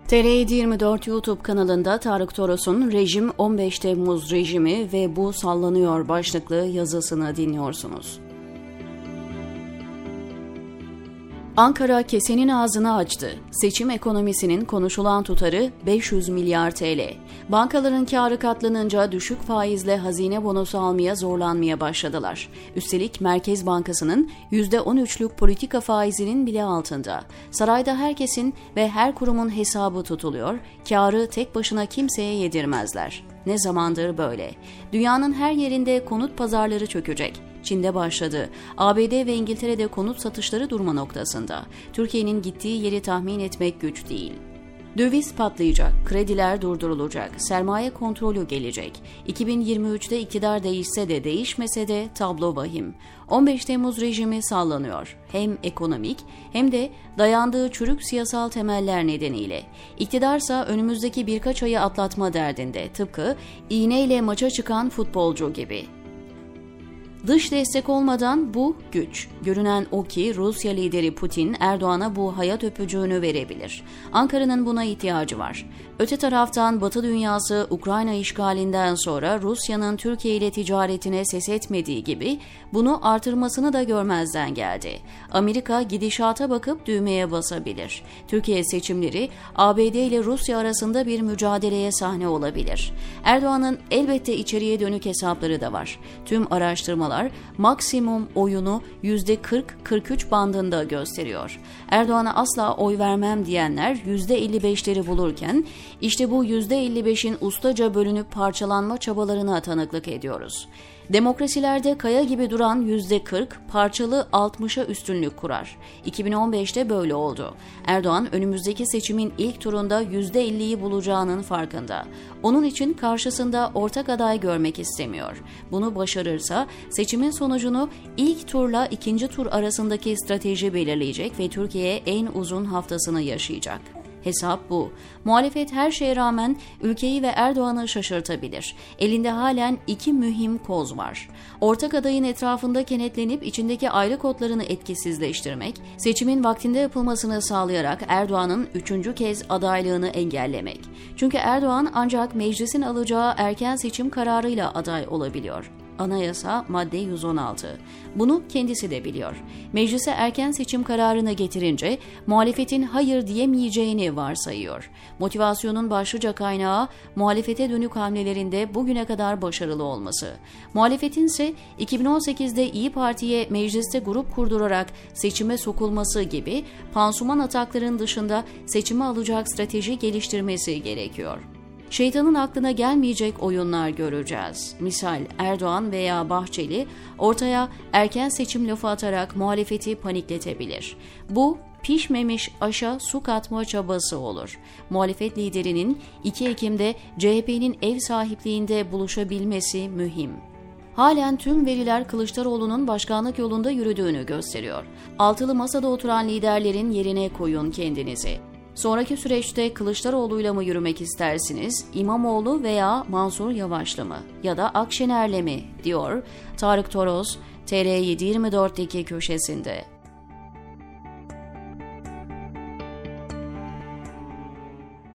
TR724 YouTube kanalında Tarık Toros'un Rejim 15 Temmuz Rejimi ve Bu Sallanıyor başlıklı yazısını dinliyorsunuz. Ankara kesenin ağzını açtı. Seçim ekonomisinin konuşulan tutarı 500 milyar TL. Bankaların kârı katlanınca düşük faizle hazine bonosu almaya zorlanmaya başladılar. Üstelik Merkez Bankası'nın %13'lük politika faizinin bile altında. Sarayda herkesin ve her kurumun hesabı tutuluyor, kârı tek başına kimseye yedirmezler. Ne zamandır böyle? Dünyanın her yerinde konut pazarları çökecek. Çin'de başladı. ABD ve İngiltere'de konut satışları durma noktasında. Türkiye'nin gittiği yeri tahmin etmek güç değil. Döviz patlayacak, krediler durdurulacak, sermaye kontrolü gelecek. 2023'te iktidar değişse de değişmese de tablo vahim. 15 Temmuz rejimi sallanıyor. Hem ekonomik hem de dayandığı çürük siyasal temeller nedeniyle. İktidarsa önümüzdeki birkaç ayı atlatma derdinde, tıpkı iğneyle maça çıkan futbolcu gibi. Dış destek olmadan bu güç. Görünen o ki Rusya lideri Putin Erdoğan'a bu hayat öpücüğünü verebilir. Ankara'nın buna ihtiyacı var. Öte taraftan Batı dünyası Ukrayna işgalinden sonra Rusya'nın Türkiye ile ticaretine ses etmediği gibi bunu artırmasını da görmezden geldi. Amerika gidişata bakıp düğmeye basabilir. Türkiye seçimleri ABD ile Rusya arasında bir mücadeleye sahne olabilir. Erdoğan'ın elbette içeriye dönük hesapları da var. Tüm araştırmalar maksimum oyunu %40-43 bandında gösteriyor. Erdoğan'a asla oy vermem diyenler %55'leri bulurken işte bu %55'in ustaca bölünüp parçalanma çabalarına tanıklık ediyoruz. Demokrasilerde kaya gibi duran %40 parçalı 60'a üstünlük kurar. 2015'te böyle oldu. Erdoğan önümüzdeki seçimin ilk turunda %50'yi bulacağının farkında. Onun için karşısında ortak aday görmek istemiyor. Bunu başarırsa seçimin sonucunu ilk turla ikinci tur arasındaki strateji belirleyecek ve Türkiye en uzun haftasını yaşayacak. Hesap bu. Muhalefet her şeye rağmen ülkeyi ve Erdoğan'ı şaşırtabilir. Elinde halen iki mühim koz var. Ortak adayın etrafında kenetlenip içindeki ayrı kodlarını etkisizleştirmek, seçimin vaktinde yapılmasını sağlayarak Erdoğan'ın 3. kez adaylığını engellemek. Çünkü Erdoğan ancak meclisin alacağı erken seçim kararıyla aday olabiliyor. Anayasa madde 116. Bunu kendisi de biliyor. Meclise erken seçim kararını getirince muhalefetin hayır diyemeyeceğini varsayıyor. Motivasyonun başlıca kaynağı muhalefete dönük hamlelerinde bugüne kadar başarılı olması. Muhalefetin ise 2018'de İyi Parti'ye mecliste grup kurdurarak seçime sokulması gibi pansuman atakların dışında seçimi alacak strateji geliştirmesi gerekiyor. Şeytanın aklına gelmeyecek oyunlar göreceğiz. Misal Erdoğan veya Bahçeli ortaya erken seçim lafı atarak muhalefeti panikletebilir. Bu pişmemiş aşa su katma çabası olur. Muhalefet liderinin 2 Ekim'de CHP'nin ev sahipliğinde buluşabilmesi mühim. Halen tüm veriler Kılıçdaroğlu'nun başkanlık yolunda yürüdüğünü gösteriyor. Altılı masada oturan liderlerin yerine koyun kendinizi. Sonraki süreçte Kılıçdaroğlu'yla mı yürümek istersiniz, İmamoğlu veya Mansur Yavaş'la mı ya da Akşener'le mi, diyor Tarık Toros, TR724'deki köşesinde.